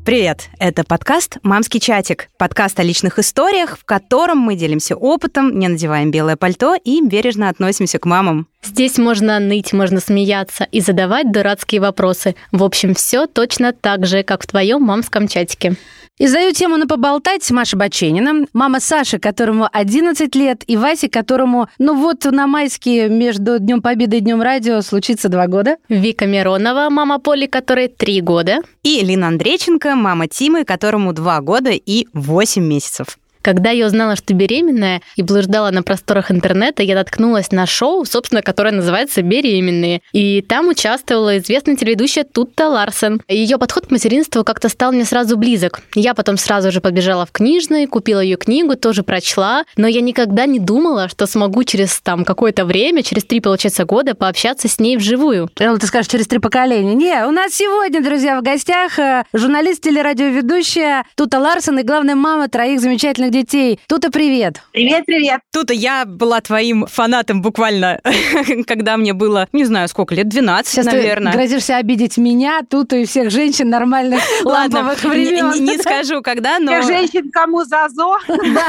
Привет! Это подкаст «Мамский чатик». Подкаст о личных историях, в котором мы делимся опытом, не надеваем белое пальто и бережно относимся к мамам. Здесь можно ныть, можно смеяться и задавать дурацкие вопросы. В общем, все точно так же, как в твоем мамском чатике. И задаю тему на поболтать Маша Баченина, мама Саши, которому 11 лет, и Васе, которому, на майские между Днем Победы и Днем Радио случится 2 года. Вика Миронова, мама Поли, которой 3 года. И Лина Андрейченко, мама Тимы, которому 2 года и 8 месяцев. Когда я узнала, что беременная, и блуждала на просторах интернета, я наткнулась на шоу, собственно, которое называется «Беременные». И там участвовала известная телеведущая Тутта Ларсен. Ее подход к материнству как-то стал мне сразу близок. Я потом сразу же побежала в книжный, купила ее книгу, тоже прочла, но я никогда не думала, что смогу через какое-то время, через 3, получается, года, пообщаться с ней вживую. Элла, ты скажешь, через 3 поколения. Не, у нас сегодня, друзья, в гостях журналист, телерадиоведущая Тутта Ларсен и, главная, мама 3 замечательных детей. Тута, привет. Привет. Тута, я была твоим фанатом буквально, когда мне было, не знаю, сколько лет, 12, сейчас наверное. Ты грозишься обидеть меня, Туту и всех женщин нормальных ламповых времен. Не скажу, когда, но... Всех женщин кому зазо.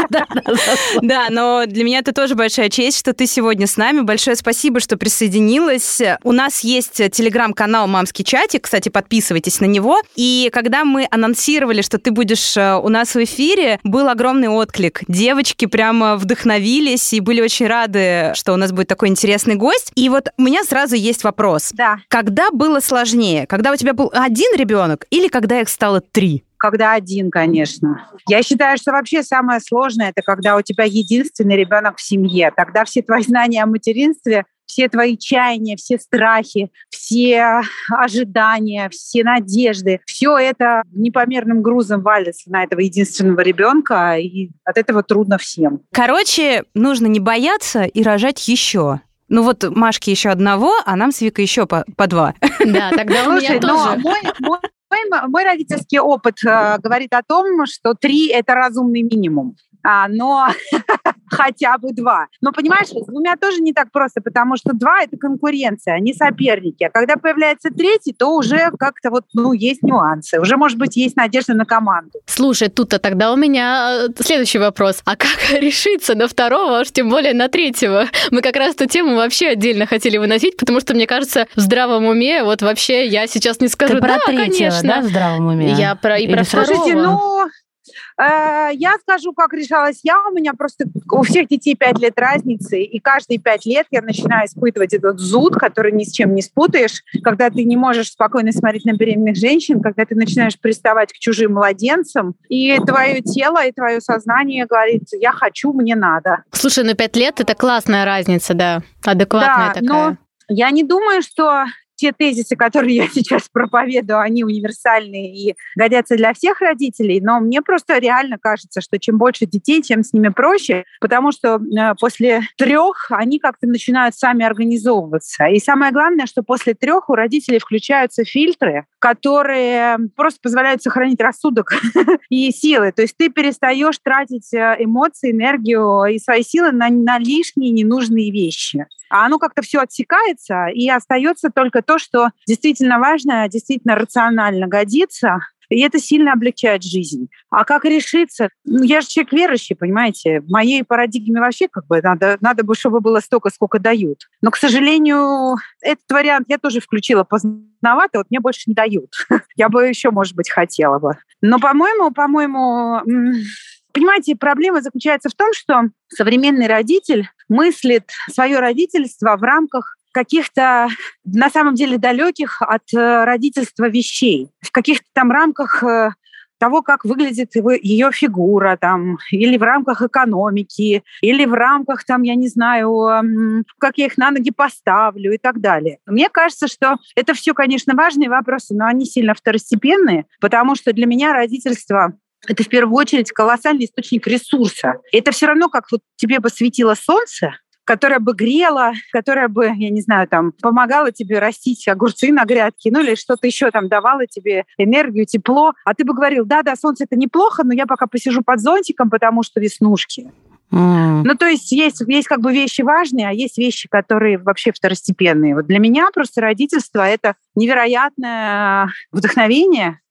Да, но для меня это тоже большая честь, что ты сегодня с нами. Большое спасибо, что присоединилась. У нас есть телеграм-канал «Мамский чатик», кстати, подписывайтесь на него. И когда мы анонсировали, что ты будешь у нас в эфире, был огромный отклик. Девочки прямо вдохновились и были очень рады, что у нас будет такой интересный гость. И вот у меня сразу есть вопрос. Да. Когда было сложнее? Когда у тебя был 1 ребенок или когда их стало 3? Когда 1, конечно. Я считаю, что вообще самое сложное — это когда у тебя единственный ребенок в семье. Тогда все твои знания о материнстве, все твои чаяния, все страхи, все ожидания, все надежды, все это непомерным грузом валится на этого единственного ребенка, и от этого трудно всем. Короче, нужно не бояться и рожать еще. Машке еще 1, а нам с Викой еще по 2. Да, тогда у меня тоже. Мой родительский опыт говорит о том, что 3 — это разумный минимум, но хотя бы 2. Но, понимаешь, с 2 тоже не так просто, потому что 2 — это конкуренция, они соперники. А когда появляется 3, то уже как-то есть нюансы. Уже, может быть, есть надежда на команду. Слушай, Тута, тогда у меня следующий вопрос. А как решиться на 2, уж тем более на 3? Мы как раз эту тему вообще отдельно хотели выносить, потому что, мне кажется, в здравом уме, вообще я сейчас не скажу, ты про 3, конечно. Да, в здравом уме? Я про 2. Слушайте, я скажу, как решалась я. У меня просто у всех детей 5 лет разницы, и каждые 5 лет я начинаю испытывать этот зуд, который ни с чем не спутаешь, когда ты не можешь спокойно смотреть на беременных женщин, когда ты начинаешь приставать к чужим младенцам, и твое тело, и твое сознание говорит: я хочу, мне надо. Слушай, 5 лет — это классная разница, да, адекватная такая. Но я не думаю, что те тезисы, которые я сейчас проповедую, они универсальные и годятся для всех родителей, но мне просто реально кажется, что чем больше детей, тем с ними проще, потому что после 3 они как-то начинают сами организовываться. И самое главное, что после 3 у родителей включаются фильтры, которые просто позволяют сохранить рассудок и силы. То есть ты перестаешь тратить эмоции, энергию и свои силы на лишние ненужные вещи. А оно как-то все отсекается, и остается только то, что действительно важно, действительно рационально годится, и это сильно облегчает жизнь. А как решиться? Я же человек верующий, понимаете? В моей парадигме вообще надо бы, чтобы было столько, сколько дают. Но, к сожалению, этот вариант я тоже включила поздновато, мне больше не дают. Я бы еще, может быть, хотела бы. Но, по-моему, понимаете, проблема заключается в том, что современный родитель мыслит свое родительство в рамках каких-то, на самом деле, далеких от родительства вещей, в каких-то там рамках того, как выглядит ее фигура, или в рамках экономики, или в рамках, я не знаю, как я их на ноги поставлю и так далее. Мне кажется, что это все, конечно, важные вопросы, но они сильно второстепенные, потому что для меня родительство — это в первую очередь колоссальный источник ресурса. Это все равно, как тебе бы светило солнце, которая бы грела, которая бы, я не знаю, помогала тебе растить огурцы на грядке, или что-то еще давала тебе энергию, тепло. А ты бы говорил: да, солнце — это неплохо, но я пока посижу под зонтиком, потому что веснушки. То есть вещи важные, а есть вещи, которые вообще второстепенные. Для меня просто родительство — это невероятное вдохновение,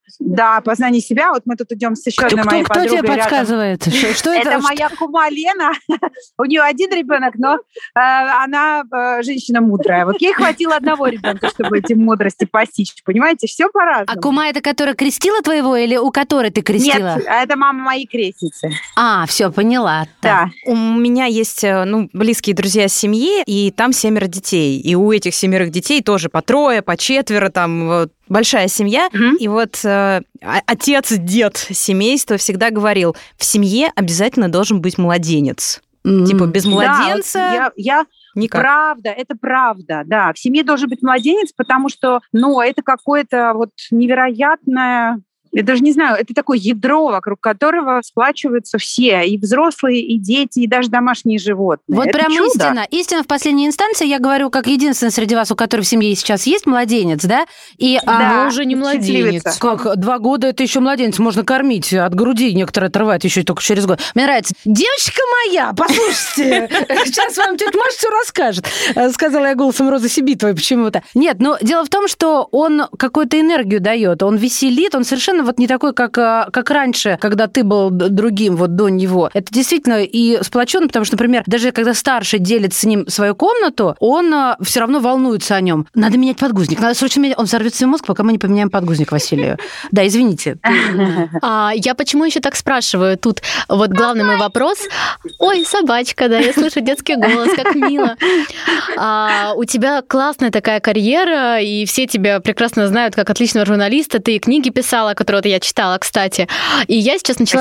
Да, познание себя. Вот мы тут идем с еще одной моей подругой. Кто тебе подсказывает? Что это моя кума Лена. У нее один ребенок, но она женщина мудрая. Вот ей хватило одного ребенка, чтобы эти мудрости постичь. Понимаете, все по-разному. А кума это которая крестила твоего или у которой ты крестила? Нет, это мама моей крестницы. Все, поняла. Да. У меня есть близкие друзья семьи, и там 7 детей. И у этих 7 детей тоже по 3, по 4, там большая семья. И вот отец, дед семейства всегда говорил, в семье обязательно должен быть младенец. Типа без младенца... Никак. Правда, это правда, да. В семье должен быть младенец, потому что, это какое-то невероятное... Я даже не знаю, это такое ядро, вокруг которого сплачиваются все, и взрослые, и дети, и даже домашние животные. Вот это прям чудо. Истина в последней инстанции, я говорю, как единственный среди вас, у которого в семье сейчас есть младенец, да? И она уже не младенец. Как 2 года это еще младенец, можно кормить, от груди некоторые отрывают еще только через год. Мне нравится. Девочка моя, послушайте, сейчас вам тетя Маша все расскажет. Сказала я голосом Розы Сибитовой почему-то. Нет, но дело в том, что он какую-то энергию дает, он веселит, он совершенно не такой, как раньше, когда ты был другим до него. Это действительно и сплоченно, потому что, например, даже когда старший делит с ним свою комнату, он все равно волнуется о нем. Надо менять подгузник, надо срочно менять. Он взорвет себе мозг, пока мы не поменяем подгузник Василию. Да, извините. Я почему еще так спрашиваю? Тут главный мой вопрос. Ой, собачка, да, я слышу детский голос, как мило. У тебя классная такая карьера, и все тебя прекрасно знают как отличного журналиста. Ты и книги писала, которые я читала, кстати. И я сейчас начала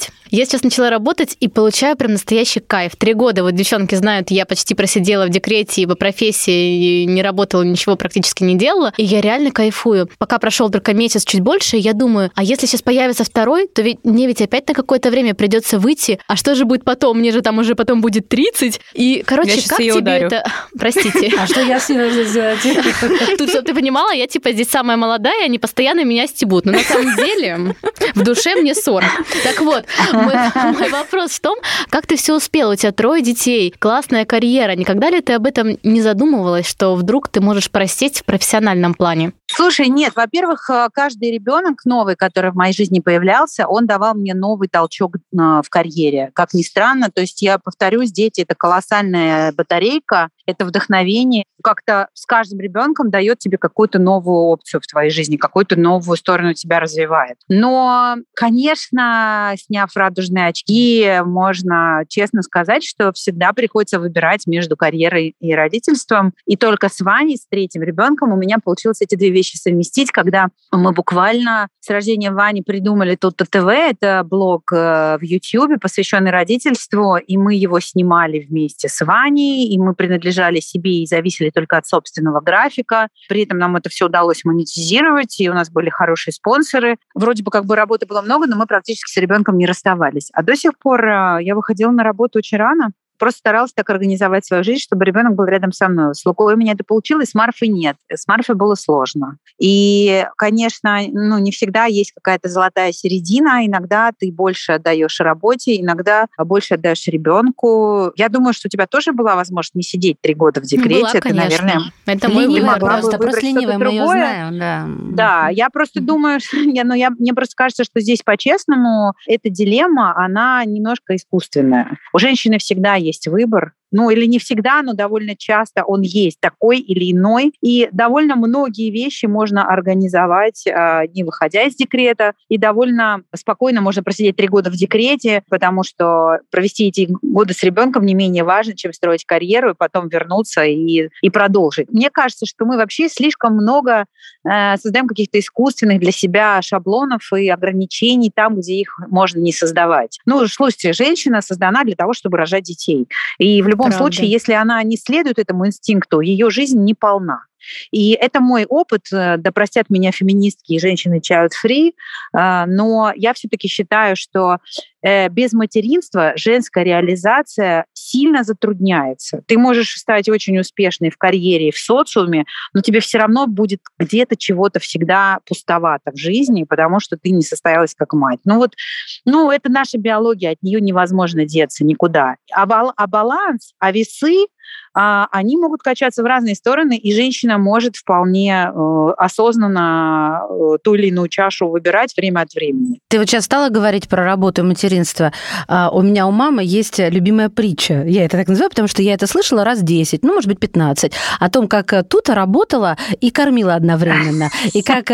работать и получаю прям настоящий кайф. 3 года, девчонки знают, я почти просидела в декрете и по профессии, и не работала, ничего практически не делала. И я реально кайфую. Пока прошел только месяц, чуть больше, я думаю, а если сейчас появится второй, то мне опять на какое-то время придется выйти. А что же будет потом? Мне же там уже потом будет 30. И, короче, как тебе ударю. Это... Простите. А что я с ней должна сделать? Тут, чтобы ты понимала, я здесь самая молодая, они постоянно меня стебут. Но на самом деле, в душе мне 40. Так вот, мой вопрос в том, как ты все успела? У тебя 3 детей, классная карьера. Никогда ли ты об этом не задумывалась, что вдруг ты можешь просесть в профессиональном плане? Слушай, нет, во-первых, каждый ребенок новый, который в моей жизни появлялся, он давал мне новый толчок в карьере. Как ни странно, то есть я повторюсь, дети — это колоссальная батарейка, это вдохновение. Как-то с каждым ребенком дает тебе какую-то новую опцию в твоей жизни, какую-то новую сторону тебя развивает. Но, конечно, сняв радужные очки, можно честно сказать, что всегда приходится выбирать между карьерой и родительством. И только с Ваней, с 3-м ребенком, у меня получилось эти 2 вещи совместить, когда мы буквально с рождением Вани придумали Тут-то ТВ, это блог в YouTube, посвященный родительству, и мы его снимали вместе с Ваней, и мы принадлежали себе и зависели только от собственного графика. При этом нам это все удалось монетизировать, и у нас были хорошие спонсоры. Вроде бы работы было много, но мы практически с ребенком не расставались. А до сих пор я выходила на работу очень рано. Просто старалась так организовать свою жизнь, чтобы ребенок был рядом со мной. С Лукой у меня это получилось, с Марфой нет. С Марфой было сложно. И, конечно, не всегда есть какая-то золотая середина. Иногда ты больше отдаешь работе, иногда больше отдаешь ребенку. Я думаю, что у тебя тоже была возможность не сидеть 3 года в декрете. Была, конечно. Ты, наверное, это мой выбор. Просто ленивая, мы ее знаем. Да, я просто думаю, мне просто кажется, что здесь по-честному эта дилемма, она немножко искусственная. У женщины всегда есть выбор. Или не всегда, но довольно часто он есть такой или иной. И довольно многие вещи можно организовать, не выходя из декрета. И довольно спокойно можно просидеть 3 года в декрете, потому что провести эти годы с ребенком не менее важно, чем строить карьеру и потом вернуться и продолжить. Мне кажется, что мы вообще слишком много создаем каких-то искусственных для себя шаблонов и ограничений там, где их можно не создавать. Слушайте, женщина создана для того, чтобы рожать детей. И в любом случае, если она не следует этому инстинкту, ее жизнь не полна. И это мой опыт, да простят меня феминистки и женщины child-free, но я все-таки считаю, что без материнства женская реализация сильно затрудняется. Ты можешь стать очень успешной в карьере, в социуме, но тебе все равно будет где-то чего-то всегда пустовато в жизни, потому что ты не состоялась как мать. Это наша биология, от нее невозможно деться никуда. А баланс, весы они могут качаться в разные стороны, и женщина может вполне осознанно ту или иную чашу выбирать время от времени. Ты вот сейчас стала говорить про работу и материнство. У меня у мамы есть любимая притча. Я это так называю, потому что я это слышала раз 10, ну, может быть, 15, о том, как Тута работала и кормила одновременно. И как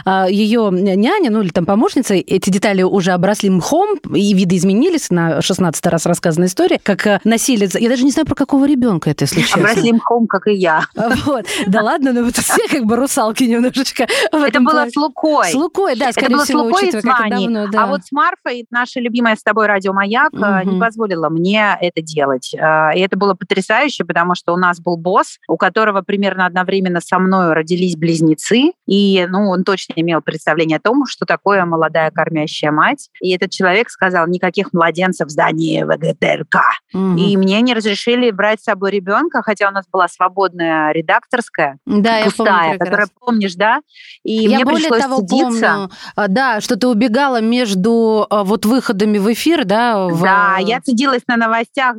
ее няня, ну, или там помощница, эти детали уже обросли мхом, и видоизменились, на 16-й раз рассказана история, как носили... Я даже не знаю, про какого ребенка это, если честно. Обросли мхом, как и я. Вот. Да ладно, но вот все как бы русалки немножечко. Это было с Лукой. С Лукой, да, скорее всего, это было с Лукой и с Ваней. Давно, да. А вот с Марфой, наша любимая с тобой радио «Маяк», не позволила мне это делать. И это было потрясающе, потому что у нас был босс, у которого примерно одновременно со мной родились близнецы, и он точно имел представление о том, что такое молодая кормящая мать. И этот человек сказал: никаких младенцев в здании ВГТРК. И мне не разрешили брать с собой ребенка, хотя у нас была свободная редакторская, да, пустая, которая, помнишь, да? И я мне более пришлось того цедиться. Помню, да, что ты убегала между вот выходами в эфир, да? Да, я цедилась на новостях,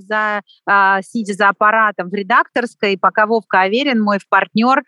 сидя за аппаратом в редакторской, пока Вовка Аверин, мой партнер,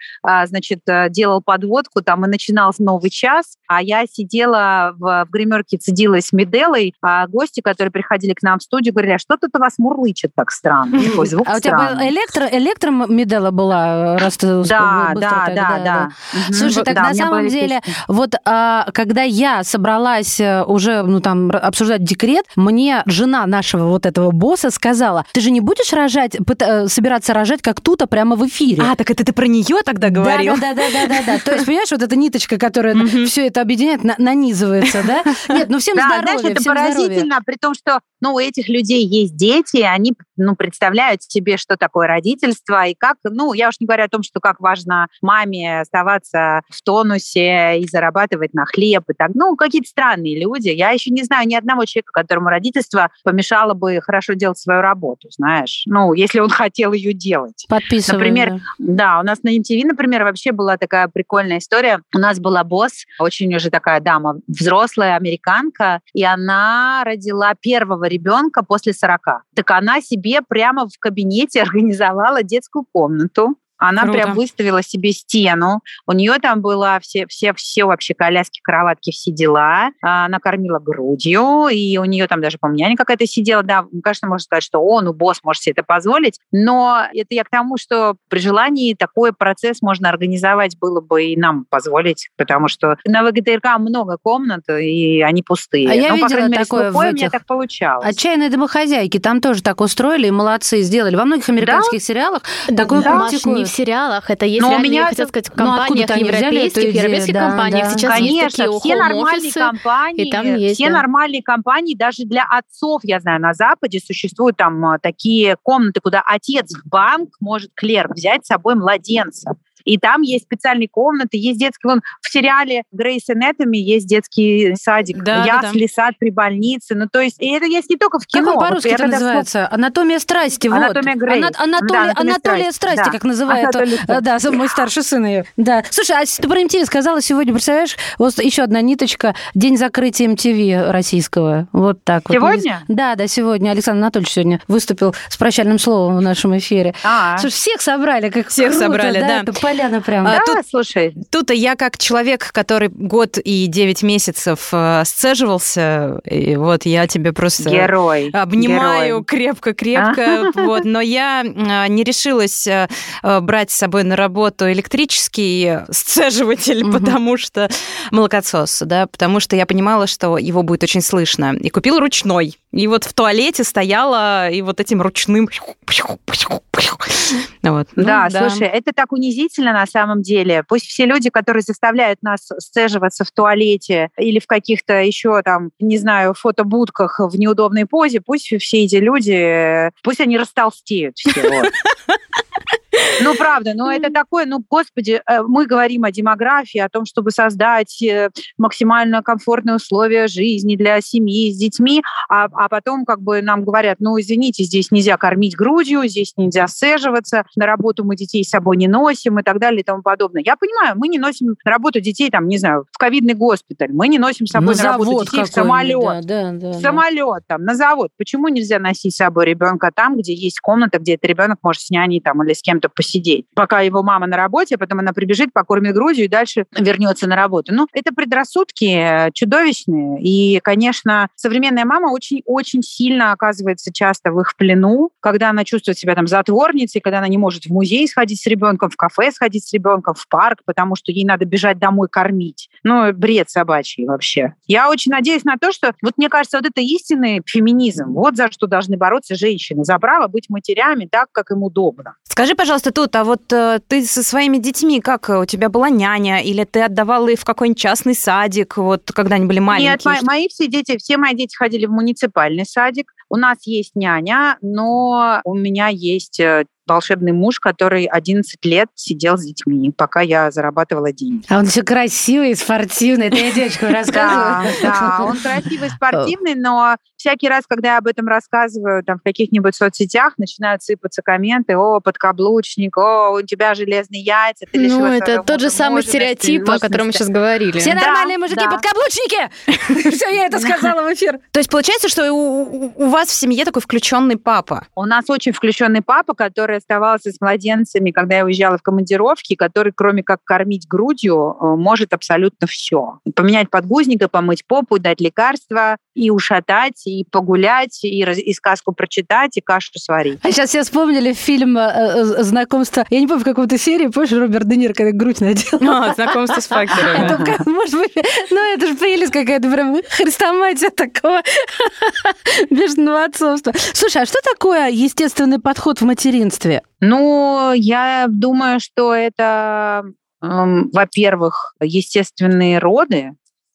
делал подводку, там и начинался новый час, а я сидела в гримерке, цедилась с Меделой, а гости, которые приходили к нам в студию, говорили: а что тут у вас мурлычет так странно? Такой звук странный. А у тебя электромедела была, раз ты быстро да. Слушай, так на самом деле, вот когда я собралась уже, обсуждать декрет, мне жена нашего вот этого босса сказала: ты же не будешь собираться рожать как Тута прямо в эфире? А, так это ты про нее тогда говорил? Да. То есть, понимаешь, вот эта ниточка, которая все это объединяет, нанизывается, да? Нет, всем здоровья. Знаешь, это поразительно, при том, что у этих людей есть дети, они представляют себе, что такое родительство, и как, я уж не говорю о том, что как важно маме оставаться в тонусе и зарабатывать на хлеб, и так, какие-то странные люди. Я еще не знаю ни одного человека, которому родительство помешало бы хорошо делать свою работу, знаешь, если он хотел ее делать. Подписываю. Например, да, у нас на MTV, например, вообще была такая прикольная история. У нас была босс, очень уже такая дама, взрослая американка, и она родила первого ребенка после 40. Так она себе прямо в кабинете организовала детскую комнату. Она Круто. Прям выставила себе стену. У нее там было все вообще коляски, кроватки, все дела. Она кормила грудью, и у нее там даже, по-моему, няня какая-то сидела. Да, конечно, можно сказать, что босс может себе это позволить. Но это я к тому, что при желании такой процесс можно организовать было бы и нам позволить, потому что на ВГТРК много комнат, и они пустые. А я видела по крайней мере, такое с Лукой у меня так получалось. «Отчаянные домохозяйки» там тоже так устроили, и молодцы, сделали. Во многих американских сериалах такое практикуют. В сериалах, это есть реально, я хотела сказать, в компаниях европейских компаниях. Да. Сейчас конечно, есть такие все нормальные компании, и там есть, нормальные компании, даже для отцов, я знаю, на Западе существуют там такие комнаты, куда отец в банк может клерк взять с собой младенца. И там есть специальные комнаты, есть детский... в сериале Grey's Anatomy есть детский садик, ясли, сад при больнице. То есть, и это есть не только в кино. Как он по-русски это называется? «Анатомия страсти». «Анатомия Грей». Анатолия страсти, как называет мой старший сын ее. Да. Слушай, а ты про MTV сказала сегодня, представляешь, вот еще одна ниточка, день закрытия MTV российского. Вот так вот. Сегодня? Да, сегодня. Александр Анатольевич сегодня выступил с прощальным словом в нашем эфире. Слушай, всех собрали, как всех круто, собрали, да. Поляна прям. Слушай. Тут я как человек, который год и 9 месяцев сцеживался, и вот я тебе просто обнимаю крепко-крепко. Вот. Но я не решилась брать с собой на работу электрический сцеживатель, потому что молокосос, да, потому что я понимала, что его будет очень слышно. И купила ручной. И вот в туалете стояла и вот этим ручным... Вот. Слушай, это так унизительно на самом деле. Пусть все люди, которые заставляют нас сцеживаться в туалете или в каких-то еще там, не знаю, фотобудках в неудобной позе, пусть все эти люди, пусть они растолстеют все. Ну, правда, это такое, господи, мы говорим о демографии, о том, чтобы создать максимально комфортные условия жизни для семьи с детьми, а потом нам говорят, извините, здесь нельзя кормить грудью, здесь нельзя сцеживаться, на работу мы детей с собой не носим и так далее и тому подобное. Я понимаю, мы не носим на работу детей, в ковидный госпиталь, мы не носим с собой на работу детей в самолет, на завод. Почему нельзя носить с собой ребенка там, где есть комната, где этот ребенок может с няней или с кем-то посидеть, пока его мама на работе, а потом она прибежит, покормит грудью и дальше вернется на работу. Это предрассудки чудовищные. И, конечно, современная мама очень-очень сильно оказывается часто в их плену, когда она чувствует себя затворницей, когда она не может в музей сходить с ребенком, в кафе сходить с ребенком, в парк, потому что ей надо бежать домой кормить. Бред собачий вообще. Я очень надеюсь на то, что, мне кажется, это истинный феминизм. Вот за что должны бороться женщины. За право быть матерями так, как им удобно. Скажи, пожалуйста, ты со своими детьми, как у тебя была няня, или ты отдавала их в какой-нибудь частный садик, когда они были маленькие? Нет, все мои дети ходили в муниципальный садик. У нас есть няня, но у меня есть волшебный муж, который 11 лет сидел с детьми, пока я зарабатывала деньги. А он все красивый, спортивный, это я девочкам рассказываю. Да, он красивый, спортивный, но всякий раз, когда я об этом рассказываю в каких-нибудь соцсетях, начинают сыпаться комменты: «О, подкаблучник», «О, у тебя железные яйца, ты лишила своего это тот же самый стереотип, о котором мы сейчас говорили. Все нормальные мужики подкаблучники! Все, я это сказала в эфир. То есть получается, что у вас в семье такой включенный папа? У нас очень включенный папа, который оставался с младенцами, когда я уезжала в командировки, который, кроме как кормить грудью, может абсолютно все. Поменять подгузника, помыть попу, дать лекарства, и ушатать, и погулять, и сказку прочитать, и кашу сварить. А сейчас все вспомнили фильм «Знакомство». Я не помню, в какой-то серии, помнишь, Роберт Де Ниро, когда грудь надел? «Знакомство с факерами». Может быть, это же прелесть какая-то, прям хрестоматия такого бешеного отцовства. Слушай, а что такое естественный подход в материнстве? Я думаю, что это, во-первых, естественные роды.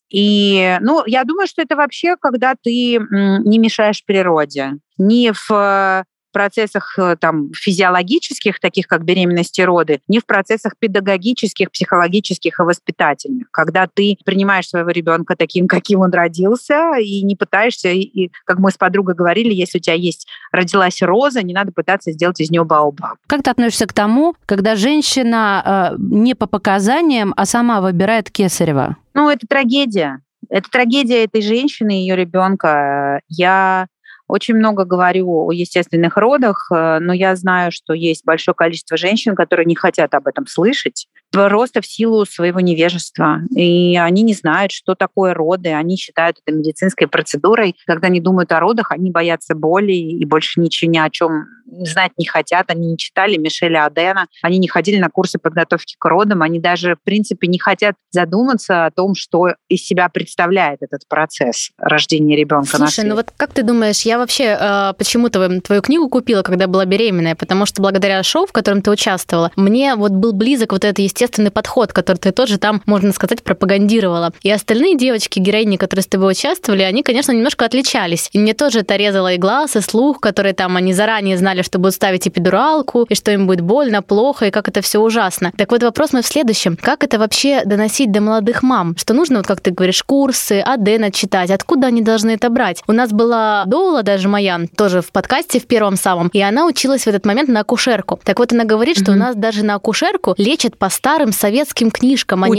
И, я думаю, что это вообще, когда ты не мешаешь природе. Не в процессах физиологических, таких как беременность и роды, не в процессах педагогических, психологических и воспитательных. Когда ты принимаешь своего ребенка таким, каким он родился, и не пытаешься, и как мы с подругой говорили, если у тебя родилась роза, не надо пытаться сделать из нее баобаб. Как ты относишься к тому, когда женщина не по показаниям, а сама выбирает кесарево? Это трагедия. Это трагедия этой женщины и ее ребенка. Я очень много говорю о естественных родах, но я знаю, что есть большое количество женщин, которые не хотят об этом слышать, просто в силу своего невежества. И они не знают, что такое роды, они считают это медицинской процедурой. Когда они думают о родах, они боятся боли и больше ничего ни о чем знать не хотят. Они не читали Мишеля Адена, они не ходили на курсы подготовки к родам, они даже, в принципе, не хотят задуматься о том, что из себя представляет этот процесс рождения ребенка. Слушай, как ты думаешь, я вообще почему-то твою книгу купила, когда была беременная, потому что благодаря шоу, в котором ты участвовала, мне был близок этот естественный подход, который ты тоже там, можно сказать, пропагандировала. И остальные девочки, героини, которые с тобой участвовали, они, конечно, немножко отличались. И мне тоже это резало и глаз, и слух, которые они заранее знали, что будут ставить эпидуралку, и что им будет больно, плохо, и как это все ужасно. Так вот, вопрос мой в следующем. Как это вообще доносить до молодых мам? Что нужно, как ты говоришь, курсы, Адена читать? Откуда они должны это брать? У нас была Доула, даже моя, тоже в подкасте в первом самом, и она училась в этот момент на акушерку. Так вот, она говорит, что у нас даже на акушерку лечат по старым советским книжкам. Они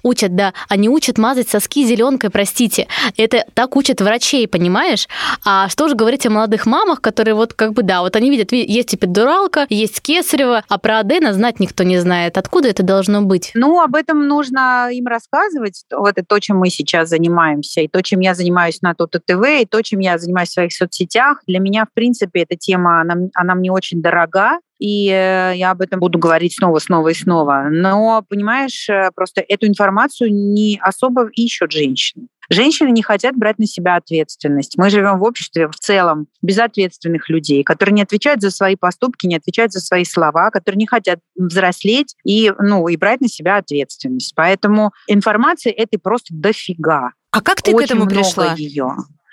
они учат мазать соски зеленкой, простите. Это так учат врачей, понимаешь? А что же говорить о молодых мамах, которые они видят, есть эпидуралка, есть кесарево, а про Адена знать никто не знает. Откуда это должно быть? Об этом нужно им рассказывать. Это то, чем мы сейчас занимаемся, и то, чем я занимаюсь на ТОТО ТВ, и то, чем я занимаюсь в своих соцсетях. Для меня, в принципе, эта тема, она мне очень дорога, и я об этом буду говорить снова и снова. Но, понимаешь, просто эту информацию не особо ищут женщины. Женщины не хотят брать на себя ответственность. Мы живем в обществе в целом безответственных людей, которые не отвечают за свои поступки, не отвечают за свои слова, которые не хотят взрослеть и брать на себя ответственность. Поэтому информации этой просто дофига. А как ты очень к этому пришла? Ее.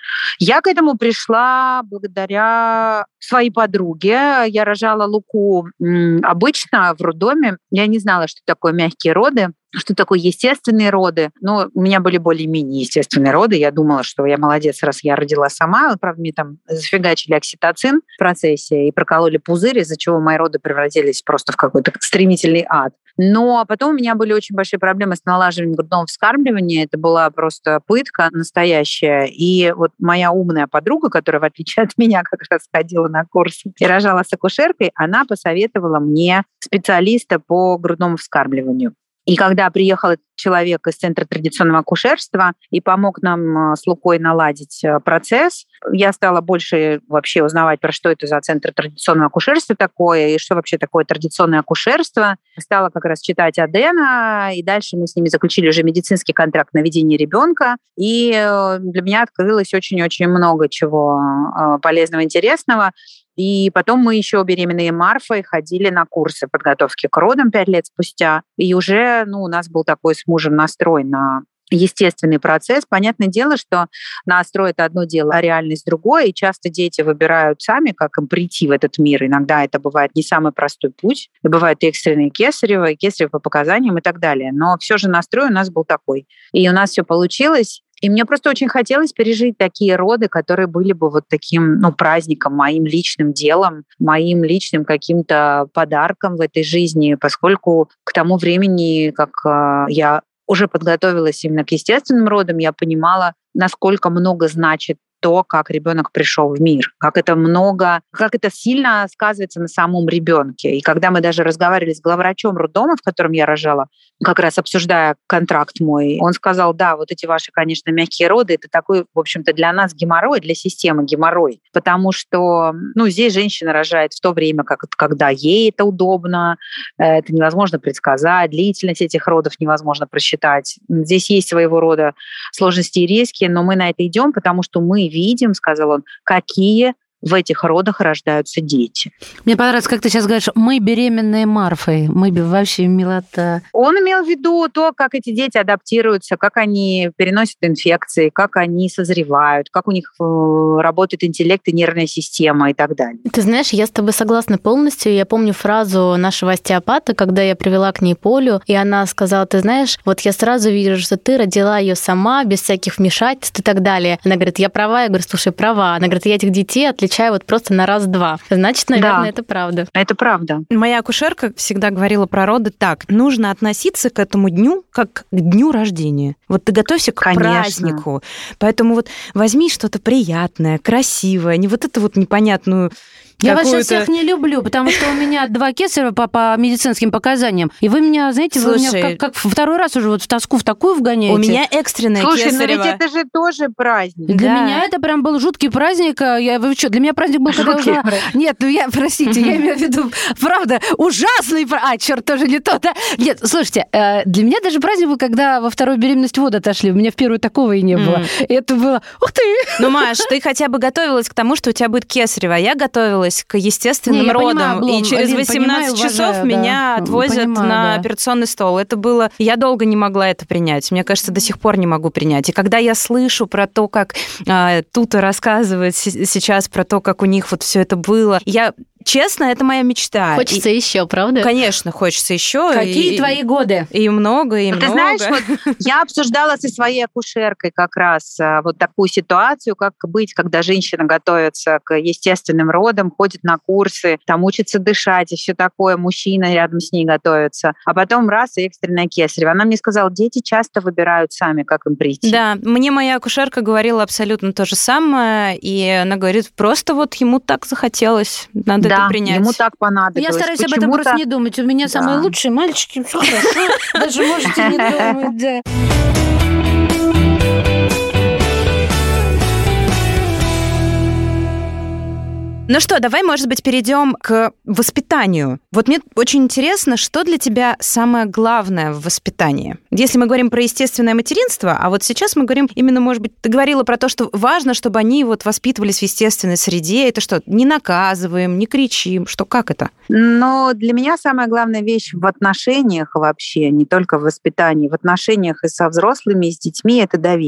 Я к этому пришла благодаря своей подруге. Я рожала Луку обычно в роддоме. Я не знала, что такое мягкие роды, что такое естественные роды. Но у меня были более-менее естественные роды. Я думала, что я молодец, раз я родила сама. Правда, мне там зафигачили окситоцин в процессе и прокололи пузырь, из-за чего мои роды превратились просто в какой-то стремительный ад. Но потом у меня были очень большие проблемы с налаживанием грудного вскармливания. Это была просто пытка настоящая. И вот моя умная подруга, которая, в отличие от меня, как раз ходила на курсы и рожала с акушеркой, она посоветовала мне специалиста по грудному вскармливанию. И когда приехал этот человек из Центра традиционного акушерства и помог нам с Лукой наладить процесс, я стала больше вообще узнавать, про что это за Центр традиционного акушерства такое, и что вообще такое традиционное акушерство. Стала как раз читать Адена, и дальше мы с ними заключили уже медицинский контракт на ведение ребенка. И для меня открылось очень-очень много чего полезного, интересного. И потом мы еще беременные Марфой ходили на курсы подготовки к родам 5 лет спустя. И уже у нас был такой с мужем настрой на естественный процесс. Понятное дело, что настрой — это одно дело, а реальность — другое. И часто дети выбирают сами, как им прийти в этот мир. Иногда это бывает не самый простой путь. И бывают экстренные кесарево, и кесарево по показаниям и так далее. Но все же настрой у нас был такой. И у нас все получилось. И мне просто очень хотелось пережить такие роды, которые были бы вот таким, праздником, моим личным делом, моим личным каким-то подарком в этой жизни, поскольку к тому времени, как я уже подготовилась именно к естественным родам, я понимала, насколько много значит то, как ребенок пришел в мир, как это сильно сказывается на самом ребенке. И когда мы даже разговаривали с главврачом роддома, в котором я рожала, как раз обсуждая контракт мой, он сказал: да, вот эти ваши, конечно, мягкие роды, это такой, в общем-то, для нас геморрой, для системы геморрой, потому что, здесь женщина рожает в то время, когда ей это удобно, это невозможно предсказать, длительность этих родов невозможно просчитать. Здесь есть своего рода сложности и риски, но мы на это идем, потому что мы видим, сказал он, какие в этих родах рождаются дети. Мне понравилось, как ты сейчас говоришь, мы беременные Марфой, мы вообще милота. Он имел в виду то, как эти дети адаптируются, как они переносят инфекции, как они созревают, как у них работает интеллект и нервная система и так далее. Ты знаешь, я с тобой согласна полностью. Я помню фразу нашего остеопата, когда я привела к ней Полю, и она сказала: ты знаешь, вот я сразу вижу, что ты родила ее сама, без всяких вмешательств и так далее. Она говорит: я права? Я говорю: слушай, права. Она говорит: я этих детей отличаю вот просто на раз-два. Значит, наверное, да, это правда. Это правда. Моя акушерка всегда говорила про роды так: нужно относиться к этому дню как к дню рождения. Вот ты готовься к празднику. Поэтому вот возьми что-то приятное, красивое, не вот это вот непонятную. Я вас сейчас всех не люблю, потому что у меня 2 кесарева по медицинским показаниям. И вы меня, знаете, вы меня как второй раз уже вот в тоску в такую вгоняете. У меня экстренное кесарево. Слушай, но ведь это же тоже праздник. Для меня это прям был жуткий праздник. Вы что, для меня праздник был, когда уже... Нет, простите, я имею в виду, правда, ужасный... черт, тоже не то, да? Нет, слушайте, для меня даже праздник был, когда во вторую беременность воды отошли. У меня в первую такого и не было. И это было... Ух ты! Ну, Маш, ты хотя бы готовилась к тому, что у тебя будет кесарево, а я готовилась к естественным родам. И через 18 часов меня отвозят на операционный стол. Это было... Я долго не могла это принять. Мне кажется, до сих пор не могу принять. И когда я слышу про то, как Тута рассказывает сейчас про то, как у них вот все это было, честно, это моя мечта. Хочется еще, правда? Конечно, хочется еще. Какие твои годы? И много, и много. Ты знаешь, вот я обсуждала со своей акушеркой как раз вот такую ситуацию, как быть, когда женщина готовится к естественным родам, ходит на курсы, там учится дышать и все такое, мужчина рядом с ней готовится. А потом раз, и экстренное кесарево. Она мне сказала: дети часто выбирают сами, как им прийти. Да, мне моя акушерка говорила абсолютно то же самое, и она говорит: просто вот ему так захотелось, надо это принять. Ему так понадобилось. Я стараюсь об этом просто не думать. У меня самые лучшие мальчики, все хорошо. Даже можете не думать, да. Ну что, давай, может быть, перейдем к воспитанию. Вот мне очень интересно, что для тебя самое главное в воспитании? Если мы говорим про естественное материнство, а вот сейчас мы говорим именно, может быть, ты говорила про то, что важно, чтобы они вот воспитывались в естественной среде. Это что, не наказываем, не кричим? Что, как это? Но для меня самая главная вещь в отношениях вообще, не только в воспитании, в отношениях и со взрослыми, и с детьми — это доверие.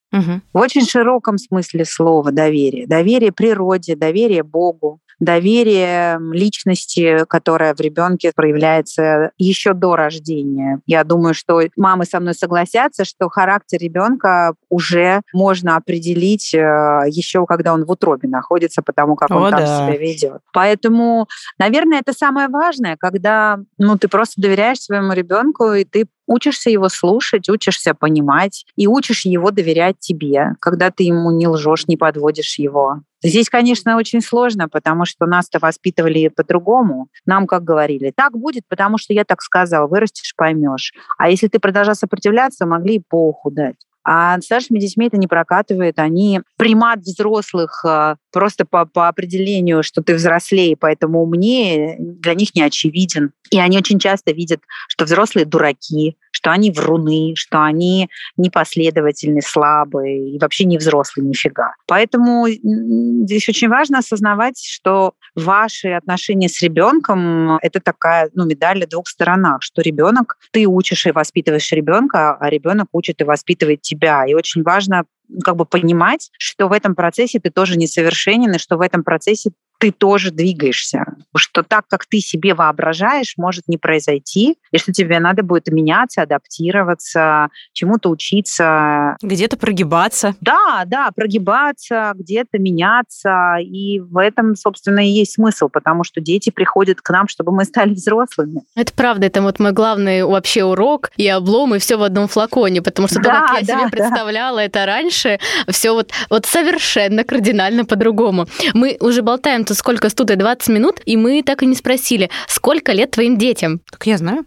Угу. В очень широком смысле слова доверие. Доверие природе, доверие Богу, доверие личности, которая в ребенке проявляется еще до рождения. Я думаю, что мамы со мной согласятся, что характер ребенка уже можно определить еще когда он в утробе находится, потому как он там себя ведет. Поэтому, наверное, это самое важное, когда ты просто доверяешь своему ребенку, и ты учишься его слушать, учишься понимать и учишь его доверять тебе, когда ты ему не лжешь, не подводишь его. Здесь, конечно, очень сложно, потому что нас-то воспитывали по-другому. Нам как говорили, так будет, потому что я так сказал, вырастешь, поймешь. А если ты продолжал сопротивляться, могли и по уху дать. А с старшими детьми это не прокатывает. Они примат взрослых просто по определению, что ты взрослее, поэтому умнее, для них не очевиден. И они очень часто видят, что взрослые дураки, что они вруны, что они непоследовательны, слабые и вообще не взрослые нифига. Поэтому здесь очень важно осознавать, что ваши отношения с ребенком — это такая медаль о двух сторонах, что ребенок, ты учишь и воспитываешь ребенка, а ребенок учит и воспитывает тебя. И очень важно понимать, что в этом процессе ты тоже несовершенен, и что в этом процессе ты тоже двигаешься. Что так, как ты себе воображаешь, может не произойти, и что тебе надо будет меняться, адаптироваться, чему-то учиться. Где-то прогибаться. Да, прогибаться, где-то меняться. И в этом, собственно, и есть смысл, потому что дети приходят к нам, чтобы мы стали взрослыми. Это правда, это мой главный вообще урок и облом, и все в одном флаконе, потому что то, как я себе представляла это раньше, все вот совершенно кардинально по-другому. Мы уже болтаем тут сколько с Тудой, 20 минут, и мы так и не спросили, сколько лет твоим детям? Так я знаю.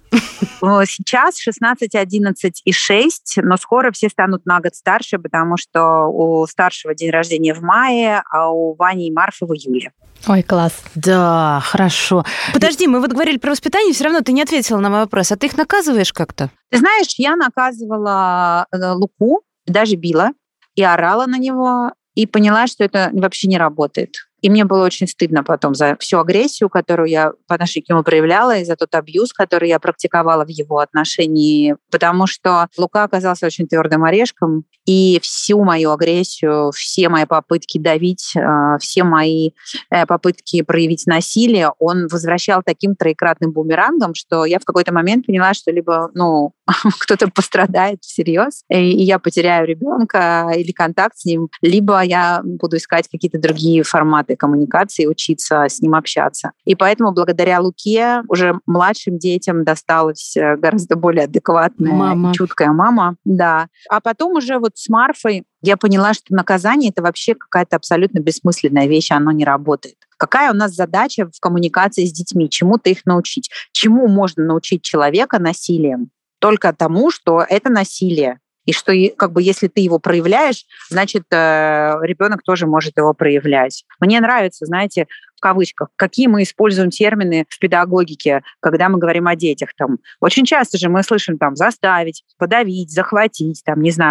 Сейчас 16, 11 и 6, но скоро все станут на год старше, потому что у старшего день рождения в мае, а у Вани и Марфы в июле. Ой, класс. Да, хорошо. Подожди, мы говорили про воспитание, все равно ты не ответила на мой вопрос. А ты их наказываешь как-то? Ты знаешь, я наказывала Луку, даже била, и орала на него, и поняла, что это вообще не работает. И мне было очень стыдно потом за всю агрессию, которую я по отношению к нему проявляла, и за тот абьюз, который я практиковала в его отношении, потому что Лука оказался очень твердым орешком, и всю мою агрессию, все мои попытки давить, все мои попытки проявить насилие, он возвращал таким троекратным бумерангом, что я в какой-то момент поняла, что либо кто-то пострадает всерьез, и я потеряю ребенка или контакт с ним, либо я буду искать какие-то другие форматы коммуникации, учиться с ним общаться. И поэтому благодаря Луке уже младшим детям досталась гораздо более адекватная, чуткая мама. Да. А потом уже с Марфой я поняла, что наказание — это вообще какая-то абсолютно бессмысленная вещь, оно не работает. Какая у нас задача в коммуникации с детьми? Чему-то их научить? Чему можно научить человека насилием? Только тому, что это насилие. И что если ты его проявляешь, значит, ребенок тоже может его проявлять. Мне нравится, знаете, в кавычках, какие мы используем термины в педагогике, когда мы говорим о детях. Очень часто же мы слышим заставить, подавить, захватить,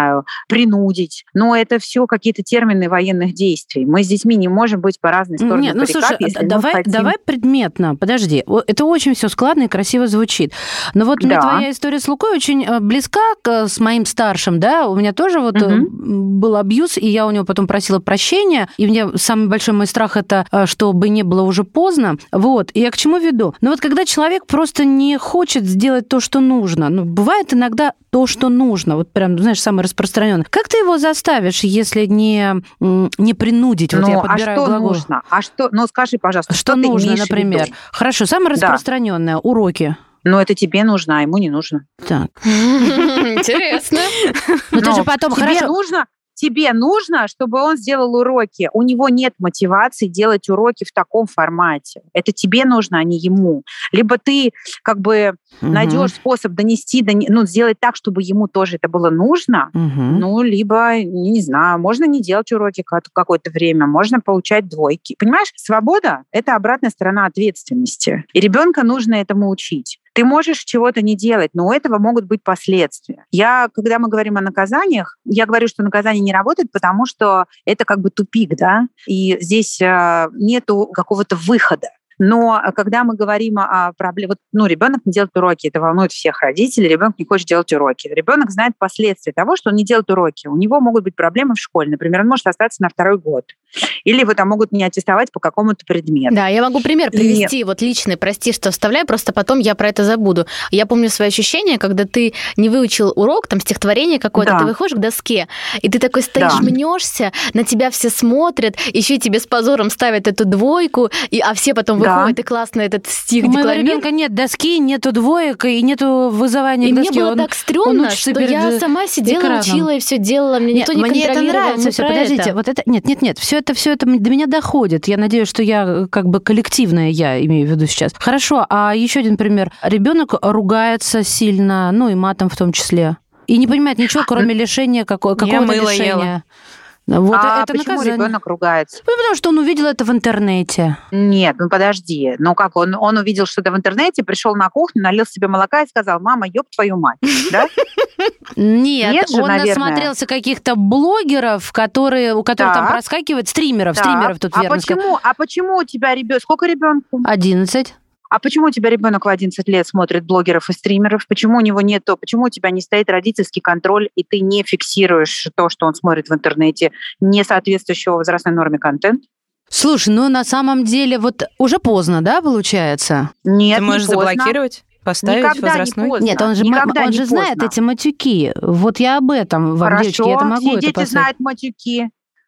принудить. Но это все какие-то термины военных действий. Мы с детьми не можем быть по разные стороны баррикад, если давай предметно. Подожди, это очень все складно и красиво звучит. Но мне твоя история с Лукой очень близка с моим старшим, да? У меня тоже был абьюз, и я у него потом просила прощения. И у меня самый большой мой страх — это чтобы не было уже поздно. И я к чему веду? Когда человек просто не хочет сделать то, что нужно, бывает иногда то, что нужно, прям, знаешь, самое распространенное. Как ты его заставишь, если не принудить? Я подбираю глагол. Нужно? Скажи, пожалуйста, что ты нужно, имеешь например? в виду? Хорошо, самое распространенное — уроки. Но это тебе нужно, а ему не нужно. Так. Интересно. Ты же потом... Тебе нужно, чтобы он сделал уроки. У него нет мотивации делать уроки в таком формате. Это тебе нужно, а не ему. Либо ты найдешь способ донести, сделать так, чтобы ему тоже это было нужно. Либо, не знаю, можно не делать уроки какое-то время, можно получать двойки. Понимаешь, свобода — это обратная сторона ответственности. И ребенка нужно этому учить. Ты можешь чего-то не делать, но у этого могут быть последствия. Когда мы говорим о наказаниях, я говорю, что наказание не работает, потому что это тупик, да, и здесь нету какого-то выхода. Но когда мы говорим о проблеме, ребенок не делает уроки, это волнует всех родителей, ребенок не хочет делать уроки. Ребенок знает последствия того, что он не делает уроки. У него могут быть проблемы в школе, например, он может остаться на 2-й год. Или его там могут не аттестовать по какому-то предмету. Да, я могу пример привести, вот личный, прости, что вставляю, просто потом я про это забуду. Я помню свои ощущения, когда ты не выучил урок, там стихотворение какое-то, ты выходишь к доске, и ты такой стоишь, мнешься, на тебя все смотрят, еще и тебе с позором ставят эту 2, а все потом выходят и классно этот стих декларируют. У моего ребенка нет доски, нету 2 и нету вызывания и к доске. Мне было так стрёмно, что я сама сидела, учила и все делала, никто не контролировал. Мне это нравится, все, подождите, вот это, нет, все это до меня доходит. Я надеюсь, что я как бы коллективное я имею в виду сейчас. Хорошо, а еще один пример. Ребенок ругается сильно, и матом в том числе. И не понимает ничего, кроме лишения какого-то лишения. Вот это почему наказание. Ребенок ругается? Потому что он увидел это в интернете. Нет, подожди. Как он увидел что-то в интернете, пришел на кухню, налил себе молока и сказал: мама, ёб твою мать. Да? Нет, он насмотрелся каких-то блогеров, у которых там проскакивает, стримеров тут верно сказать. А почему у тебя ребенок? Сколько ребенку? 11. А почему у тебя ребенок в 11 лет смотрит блогеров и стримеров? Почему у него нету? Почему у тебя не стоит родительский контроль, и ты не фиксируешь то, что он смотрит в интернете, не соответствующего возрастной норме контент? Слушай, на самом деле вот уже поздно, да, получается? Нет, ты можешь заблокировать? Поставить никогда возрастной? Не поздно. Нет, он же знает эти матюки. Вот я об этом вам, девочки, я это могу все дети знают матюки.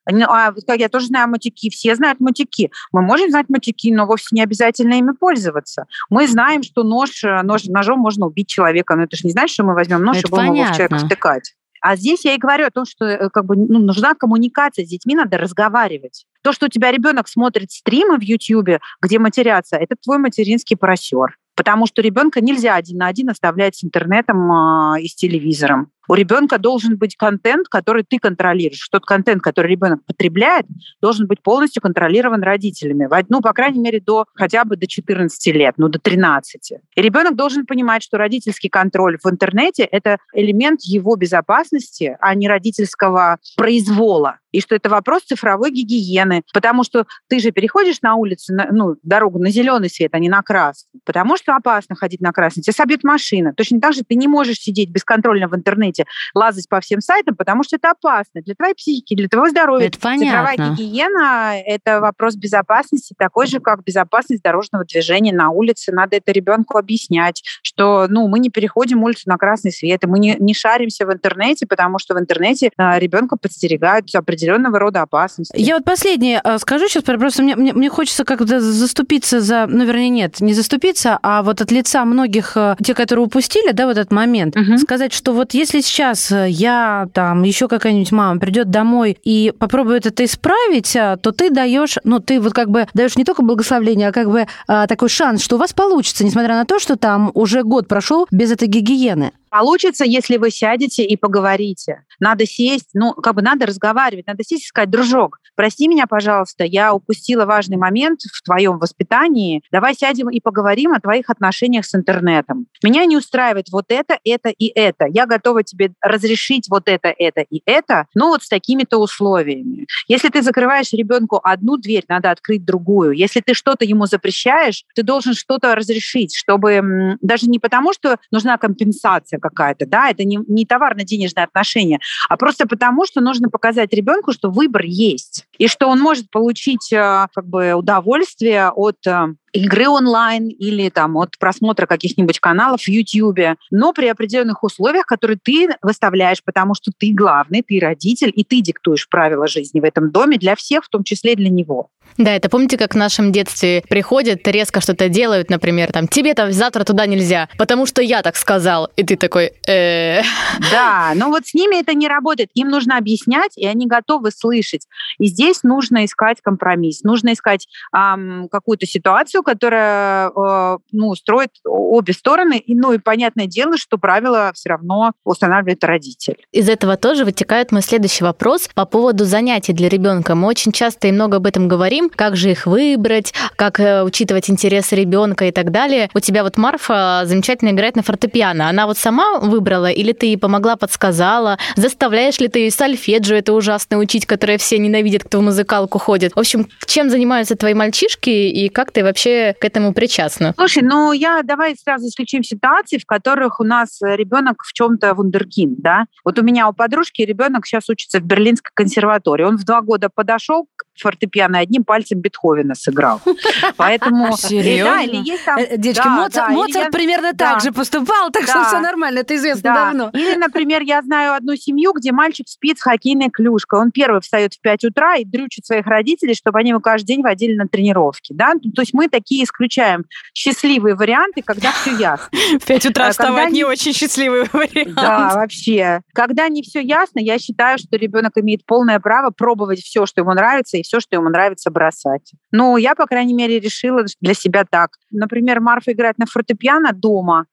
Я тоже знаю матюки, все знают матюки. Мы можем знать матюки, но вовсе не обязательно ими пользоваться. Мы знаем, что ножом можно убить человека, но это же не значит, что мы возьмем нож и будем его в человека втыкать. А здесь я и говорю о том, что нужна коммуникация, с детьми надо разговаривать. То, что у тебя ребенок смотрит стримы в Ютьюбе, где матерятся, это твой материнский поросер. Потому что ребенка нельзя 1 на 1 оставлять с интернетом и с телевизором. У ребенка должен быть контент, который ты контролируешь. Тот контент, который ребенок потребляет, должен быть полностью контролирован родителями. По крайней мере, хотя бы до 14 лет, до 13. И ребенок должен понимать, что родительский контроль в интернете – это элемент его безопасности, а не родительского произвола. И что это вопрос цифровой гигиены. Потому что ты же переходишь на улицу, дорогу на зеленый свет, а не на красный. Потому что опасно ходить на красный. Тебя собьет машина. Точно так же ты не можешь сидеть бесконтрольно в интернете, лазать по всем сайтам, потому что это опасно для твоей психики, для твоего здоровья. Это понятно. Цифровая гигиена – это вопрос безопасности, такой же, как безопасность дорожного движения на улице. Надо это ребенку объяснять, что мы не переходим улицу на красный свет, и мы не шаримся в интернете, потому что в интернете ребенка подстерегают определенного рода опасности. Я вот последнее скажу сейчас, просто мне хочется как-то заступиться за, вернее, нет, не заступиться, а вот от лица многих, те, которые упустили, да, вот этот момент, сказать, что вот если сейчас я, еще какая-нибудь мама придет домой и попробует это исправить, то ты даешь, ты вот как бы даешь не только благословение, а как бы такой шанс, что у вас получится, несмотря на то, что там уже год прошел без этой гигиены. Получится, если вы сядете и поговорите. Надо сесть, надо разговаривать, надо сесть и сказать: дружок, прости меня, пожалуйста, я упустила важный момент в твоем воспитании. Давай сядем и поговорим о твоих отношениях с интернетом. Меня не устраивает вот это и это. Я готова тебе разрешить вот это и это, с такими-то условиями. Если ты закрываешь ребенку одну дверь, надо открыть другую. Если ты что-то ему запрещаешь, ты должен что-то разрешить, чтобы даже не потому, что нужна компенсация какая-то, да, это не товарно-денежные отношения, а просто потому, что нужно показать ребенку, что выбор есть, и что он может получить удовольствие от игры онлайн или от просмотра каких-нибудь каналов в Ютьюбе, но при определенных условиях, которые ты выставляешь, потому что ты главный, ты родитель, и ты диктуешь правила жизни в этом доме для всех, в том числе и для него. Да, это помните, как в нашем детстве приходят, резко что-то делают, например, тебе завтра туда нельзя, потому что я так сказал, и ты такой... Да, но с ними это не работает. Им нужно объяснять, и они готовы слышать. И здесь нужно искать компромисс, нужно искать какую-то ситуацию, которая устроит обе стороны, и понятное дело, что правила все равно устанавливает родитель. Из этого тоже вытекает мой следующий вопрос по поводу занятий для ребенка. Мы очень часто и много об этом говорим, как же их выбрать, как учитывать интересы ребенка и так далее. У тебя Марфа замечательно играет на фортепиано. Она сама выбрала или ты ей помогла, подсказала? Заставляешь ли ты ее сольфеджио это ужасно учить, которое все ненавидят, кто в музыкалку ходит? В общем, чем занимаются твои мальчишки и как ты вообще ли к этому причастна? Слушай, давай сразу исключим ситуации, в которых у нас ребенок в чем-то вундеркинд, да. Вот у меня у подружки ребенок сейчас учится в Берлинской консерватории. Он в 2 года подошел к фортепиано, одним пальцем Бетховена сыграл. Поэтому... Серьезно? Девочки, Моцарт примерно так же поступал, так что все нормально, это известно давно. Или, например, я знаю одну семью, где мальчик спит с хоккейной клюшкой. Он первый встает в 5 утра и дрючит своих родителей, чтобы они его каждый день водили на тренировки. Да? То есть мы такие исключаем счастливые варианты, когда все ясно. В 5 утра вставать не очень счастливый вариант. Да, вообще. Когда не все ясно, я считаю, что ребенок имеет полное право пробовать все, что ему нравится, и все, что ему нравится, бросать. Я, по крайней мере, решила для себя так. Например, Марфа играет на фортепиано дома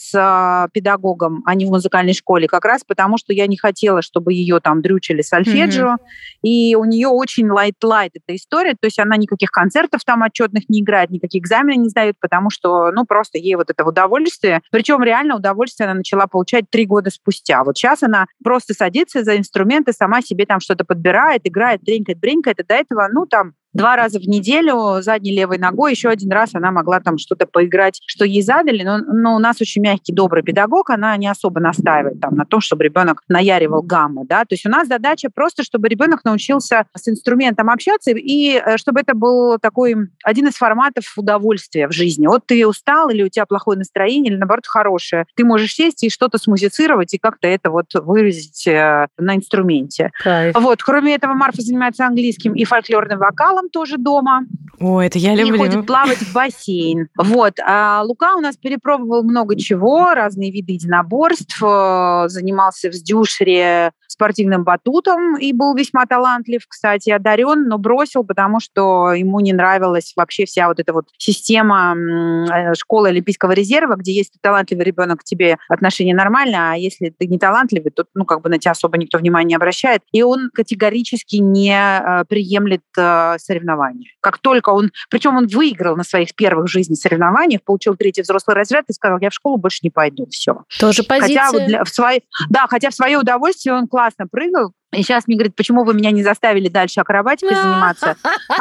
с педагогом, а не в музыкальной школе, как раз потому, что я не хотела, чтобы ее там дрючили сольфеджио, и у нее очень лайт-лайт эта история, то есть она никаких концертов там отчетных не играет, никаких экзаменов не сдает, потому что, просто ей вот это удовольствие, причем реально удовольствие она начала получать 3 года спустя. Вот сейчас она просто садится за инструменты, сама себе там что-то подбирает, играет, бренькает, и до этого, 2 раза в неделю задней левой ногой, еще 1 раз она могла там что-то поиграть, что ей задали, но у нас очень мягкий, добрый педагог, она не особо настаивает там на том, чтобы ребенок наяривал гаммы, да, то есть у нас задача просто, чтобы ребенок научился с инструментом общаться, и чтобы это был такой один из форматов удовольствия в жизни. Вот ты устал, или у тебя плохое настроение, или наоборот хорошее, ты можешь сесть и что-то смузицировать, и как-то это вот выразить на инструменте. Кайф. Вот, кроме этого, Марфа занимается английским и фольклорным вокалом тоже дома. О, это я люблю. И ходит плавать в бассейн. Вот. А Лука у нас перепробовал много чего, разные виды единоборств, занимался в сдюшере спортивным батутом и был весьма талантлив, кстати, одарен, но бросил, потому что ему не нравилась вообще вся вот эта вот система школы Олимпийского резерва, где если ты талантливый ребенок, к тебе отношение нормально, а если ты не талантливый, то на тебя особо никто внимания не обращает. И он категорически не приемлет соревнования. Как только причем он выиграл на своих первых в жизни соревнованиях, получил 3-й взрослый разряд и сказал, я в школу больше не пойду, все. Тоже позиция. Хотя в свое удовольствие он классно прыгал. И сейчас мне говорит, почему вы меня не заставили дальше акробатикой заниматься?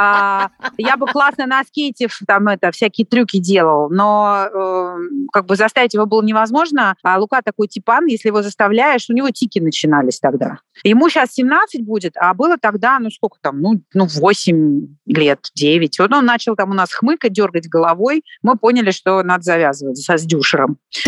Я бы классно на скейте всякие трюки делал, но заставить его было невозможно. А Лука такой типан, если его заставляешь, у него тики начинались тогда. Ему сейчас 17 будет, а было тогда, 8 лет, 9. Вот он начал у нас хмыкать, дергать головой. Мы поняли, что надо завязывать со сдюшером. Ты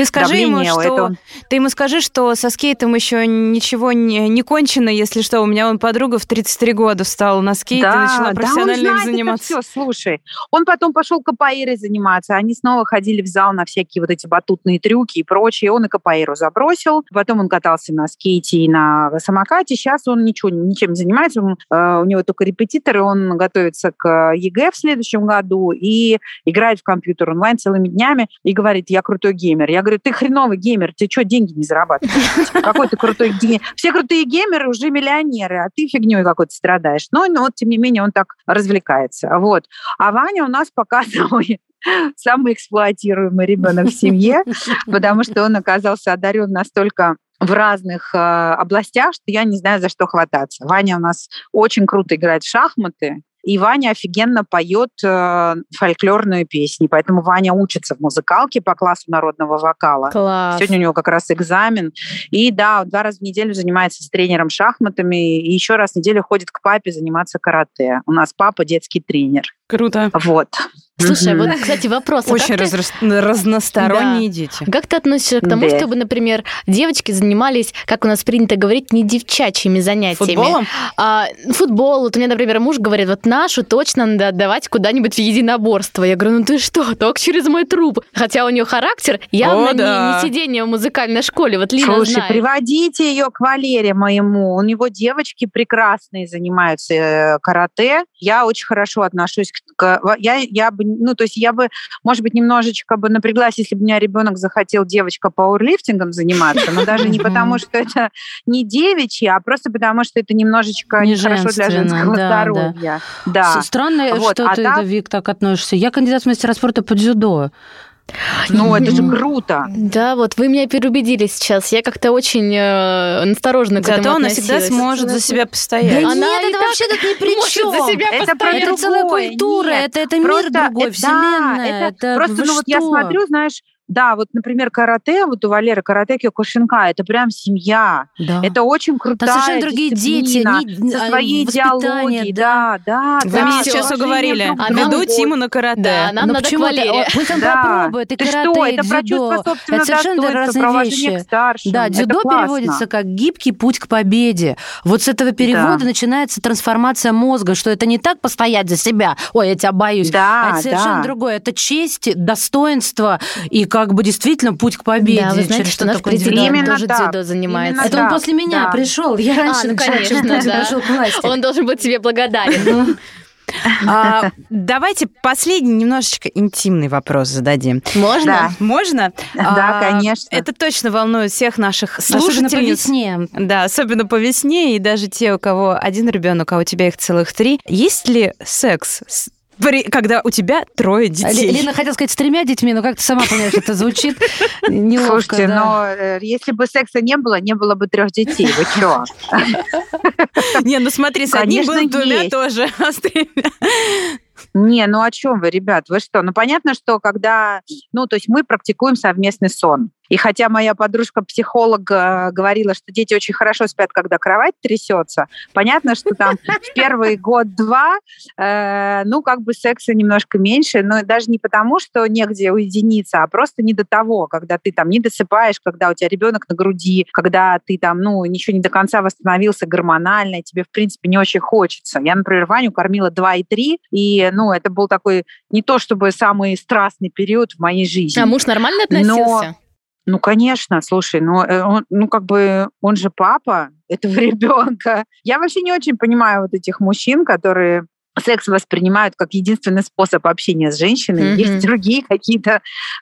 ему скажи, что со скейтом еще ничего не кончено, если что, у меня подруга в 33 года встала на скейт и начала профессионально им заниматься. Это все, слушай. Он потом пошел капоэйрой заниматься. Они снова ходили в зал на всякие вот эти батутные трюки и прочее. Он и капоэйру забросил. Потом он катался на скейте и на самокате. Сейчас он ничем не занимается. У него только репетиторы. Он готовится к ЕГЭ в следующем году и играет в компьютер онлайн целыми днями и говорит, я крутой геймер. Я говорю, ты хреновый геймер, ты что, деньги не зарабатываешь? Какой ты крутой геймер? Все крутые геймеры уже миллионеры, а ты фигней какой-то страдаешь. Но тем не менее, он так развлекается. Вот. А Ваня у нас пока самый эксплуатируемый ребенок в семье, потому что он оказался одарен настолько в разных областях, что я не знаю, за что хвататься. Ваня у нас очень круто играет в шахматы, и Ваня офигенно поет фольклорные песни. Поэтому Ваня учится в музыкалке по классу народного вокала. Класс. Сегодня у него как раз экзамен. И 2 раза в неделю занимается с тренером шахматами. И еще раз в неделю ходит к папе заниматься карате. У нас папа детский тренер. Круто. Вот. Слушай, вот, кстати, вопрос. Очень разносторонние дети. Как ты относишься к тому, чтобы, например, девочки занимались, как у нас принято говорить, не девчачьими занятиями? Футболом? Футбол. Вот у меня, например, муж говорит, вот нашу точно надо отдавать куда-нибудь в единоборство. Я говорю, ты что, только через мой труп. Хотя у нее характер явно не сидение в музыкальной школе. Вот Лина Слушай, знает. Приводите ее к Валере моему. У него девочки прекрасные занимаются карате. Я очень хорошо отношусь к... Я бы, может быть, немножечко бы напряглась, если бы у меня ребенок захотел девочка пауэрлифтингом заниматься, но даже не потому, что это не девичье, а просто потому, что это немножечко нехорошо для женского здоровья. Да. Странно, что ты, Вик, так относишься. Я кандидат в мастера спорта по дзюдо. Ну, это же круто. Да, вот вы меня переубедили сейчас. Я как-то очень осторожно к этому Зато она относилась. всегда сможет за себя постоять. Да Она нет, и это так вообще тут ни при может чем. за себя Это про Это целая другое. культура, Нет, это мир просто другой, вселенная. Это просто, вы ну вот я что? смотрю, знаешь, да, вот, например, карате, вот у Валеры карате Киокушинкай, это прям семья. Да. Это очень Там крутая совершенно другие дети, дисциплина, со своей воспитание, идеологией. Да. Вы мне Да, сейчас уважение уговорили. друг к Она Веду другу. Тиму на карате. Да, нам Ну надо к почему Валере. Вы там Да. попробуй, это Ты карате, что, это про дзюдо. чувство собственного Это совершенно достоинства, разные про уважение вещи. к старшим. Да, Это дзюдо классно. переводится как «гибкий путь к победе». Вот с этого перевода Да. начинается трансформация мозга, что это не так постоять за себя, ой, я тебя боюсь, Да, а это совершенно да. другое. Это честь, достоинство и как бы действительно путь к победе. Да, вы знаете, через что наш такое президент дзюдо. Именно тоже так. дзюдо занимается. Это Да, он после меня да. пришел. Я раньше ну, начала, чем конечно, Путин да. пришел к власти. Он должен быть тебе благодарен. Давайте последний немножечко интимный вопрос зададим. Можно? Да. Можно? Да, конечно. Это точно волнует всех наших Особенно по слушательниц. весне. Да, особенно по весне, и даже те, у кого один ребенок, а у тебя их целых 3. Есть ли секс, когда у тебя 3 детей? Лена хотела сказать с 3 детьми, но как ты сама понимаешь, это звучит неловко. Слушайте, да. но если бы секса не было бы 3 детей. Вы чё? Не, ну смотри, с одним Конечно, был, с 2 есть. тоже, а с 3. Не, ну о чем вы, ребят? Вы что? Ну понятно, что когда... Ну, то есть мы практикуем совместный сон. И хотя моя подружка-психолог говорила, что дети очень хорошо спят, когда кровать трясется, понятно, что там в первый год-два, ну, как бы секса немножко меньше, но даже не потому, что негде уединиться, а просто не до того, когда ты там не досыпаешь, когда у тебя ребенок на груди, когда ты там, ну, ничего не до конца восстановился гормонально, и тебе, в принципе, не очень хочется. Я, например, Ваню кормила 2 и 3, и, ну, это был такой не то чтобы самый страстный период в моей жизни. А муж нормально относился? Ну, конечно, слушай, он же папа этого ребенка. Я вообще не очень понимаю вот этих мужчин, которые секс воспринимают как единственный способ общения с женщиной. Мгм. Есть другие какие-то,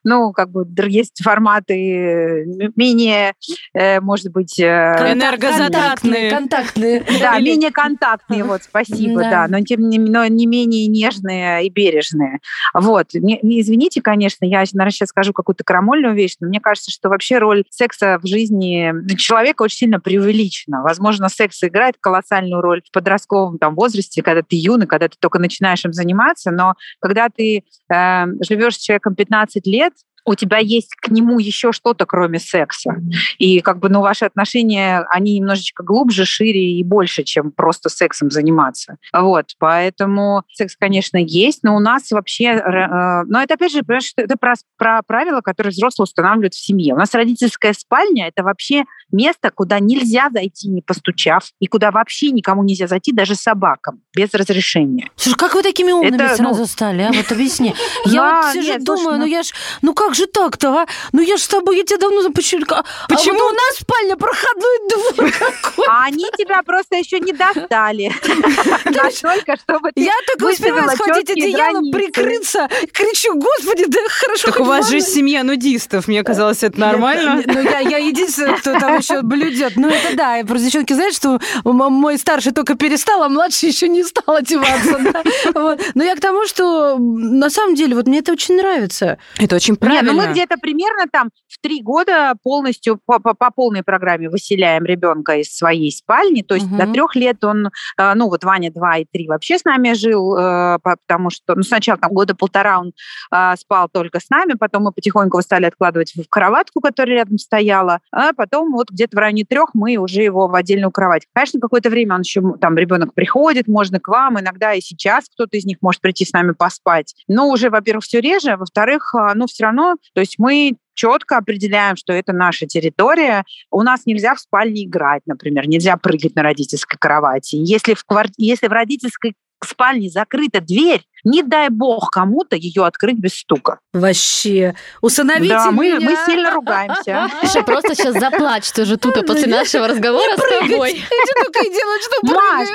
есть форматы менее, может быть... Энергозатратные. Контактные. Да, менее контактные, вот, спасибо, Да. да, но тем не менее нежные и бережные. Вот, извините, конечно, я, наверное, сейчас скажу какую-то крамольную вещь, но мне кажется, что вообще роль секса в жизни человека очень сильно преувеличена. Возможно, секс играет колоссальную роль в подростковом возрасте, когда ты юный, когда ты только начинаешь им заниматься, но когда ты живешь с человеком 15 лет, у тебя есть к нему еще что-то, кроме секса. И ваши отношения, они немножечко глубже, шире и больше, чем просто сексом заниматься. Вот, поэтому секс, конечно, есть, но у нас вообще... Но это, опять же, понимаешь, это про правила, которые взрослые устанавливают в семье. У нас родительская спальня — это вообще место, куда нельзя зайти, не постучав, и куда вообще никому нельзя зайти, даже собакам, без разрешения. Слушай, как вы такими умными Это, сразу стали, а? Вот объясни. Я Да, вот сижу, нет, думаю, слушай, как же так-то, а? Ну я ж с тобой, я тебя давно запущу. Почему? А вот у нас спальня, проходной двор какой. А они тебя просто еще не достали. Настолько, чтобы ты Я только успеваю выставила схватить чёткие одеяло, границы. прикрыться, кричу, господи, да хорошо. Так хоть у вас же ванна. семья нудистов, мне казалось, это нормально. Ну, я единственная, кто там еще блюдет. Ну, это да. И просто девчонки знают, что мой старший только перестал, а младший еще не стал одеваться. Да? Вот. Но я к тому, что на самом деле, вот мне это очень нравится. Это очень Нет, правильно. ну мы где-то примерно там в 3 года полностью по полной программе выселяем ребенка из своей спальни. То есть до 3 лет он, Ваня 2 и 3 вообще с нами жил, потому что сначала там 1.5 года он спал только с нами, потом мы потихоньку его стали откладывать в кроватку, которая рядом стояла, а потом вот где-то в районе 3 мы уже его в отдельную кровать. Конечно, какое-то время он еще, там, ребенок приходит, можно к вам, иногда и сейчас кто-то из них может прийти с нами поспать. Но уже, во-первых, все реже, во-вторых, все равно, то есть мы четко определяем, что это наша территория. У нас нельзя в спальне играть, например, нельзя прыгать на родительской кровати. Если в родительской спальне закрыта дверь, не дай бог кому-то ее открыть без стука. Вообще. Усыновите Да, мы меня. сильно ругаемся. Слушай, просто сейчас заплачь тоже тут после нашего разговора с тобой. Эти только и делают, что Маш,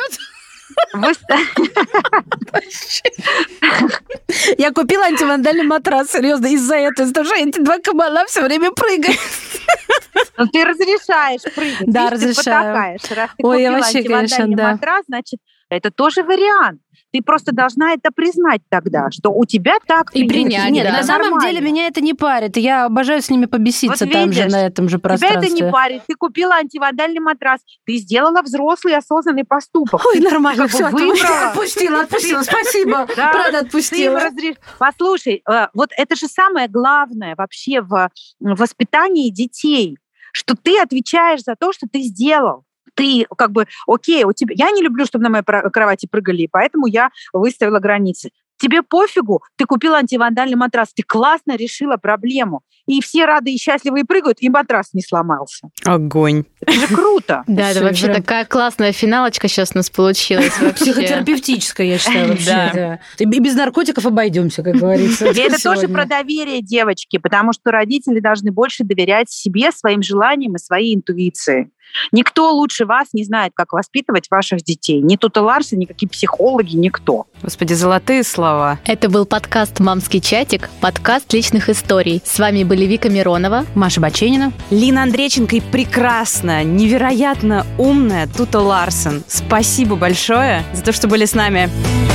прыгают. Я купила антивандальный матрас, серьезно, из-за этого, потому что эти 2 кабана все время прыгают. Ну, ты разрешаешь прыгать. Да, видишь, разрешаю. Ты потакаешь. Раз ты Ой, я купила вообще, антивандальный конечно, да. матрас, значит, Это тоже вариант. Ты просто должна это признать тогда, что у тебя так... И принять, Нет, да. на самом деле меня это не парит. Я обожаю с ними побеситься Вот там же, видишь, на этом же пространстве. Тебя это не парит. Ты купила антивандальный матрас. Ты сделала взрослый осознанный поступок. Ой, нормально, Ты как бы выбрала. Отпустила, спасибо. Да, Правда, отпустила. Послушай, вот это же самое главное вообще в воспитании детей, что ты отвечаешь за то, что ты сделал. Ты как бы, окей, у тебя... Я не люблю, чтобы на моей кровати прыгали, поэтому я выставила границы. Тебе пофигу, ты купила антивандальный матрас, ты классно решила проблему. И все рады и счастливы и прыгают, и матрас не сломался. Огонь. Это же круто. Да, это вообще такая классная финалочка сейчас у нас получилась. Психотерапевтическая, я считаю, вообще. И без наркотиков обойдемся, как говорится. И это тоже про доверие, девочки, потому что родители должны больше доверять себе, своим желаниям и своей интуиции. Никто лучше вас не знает, как воспитывать ваших детей. Ни Тута Ларсен, никакие психологи, никто. Господи, золотые слова. Это был подкаст «Мамский чатик», подкаст личных историй. С вами были Вика Миронова, Маша Баченина, Лина Андрейченко и прекрасная, невероятно умная Тута Ларсен. Спасибо большое за то, что были с нами.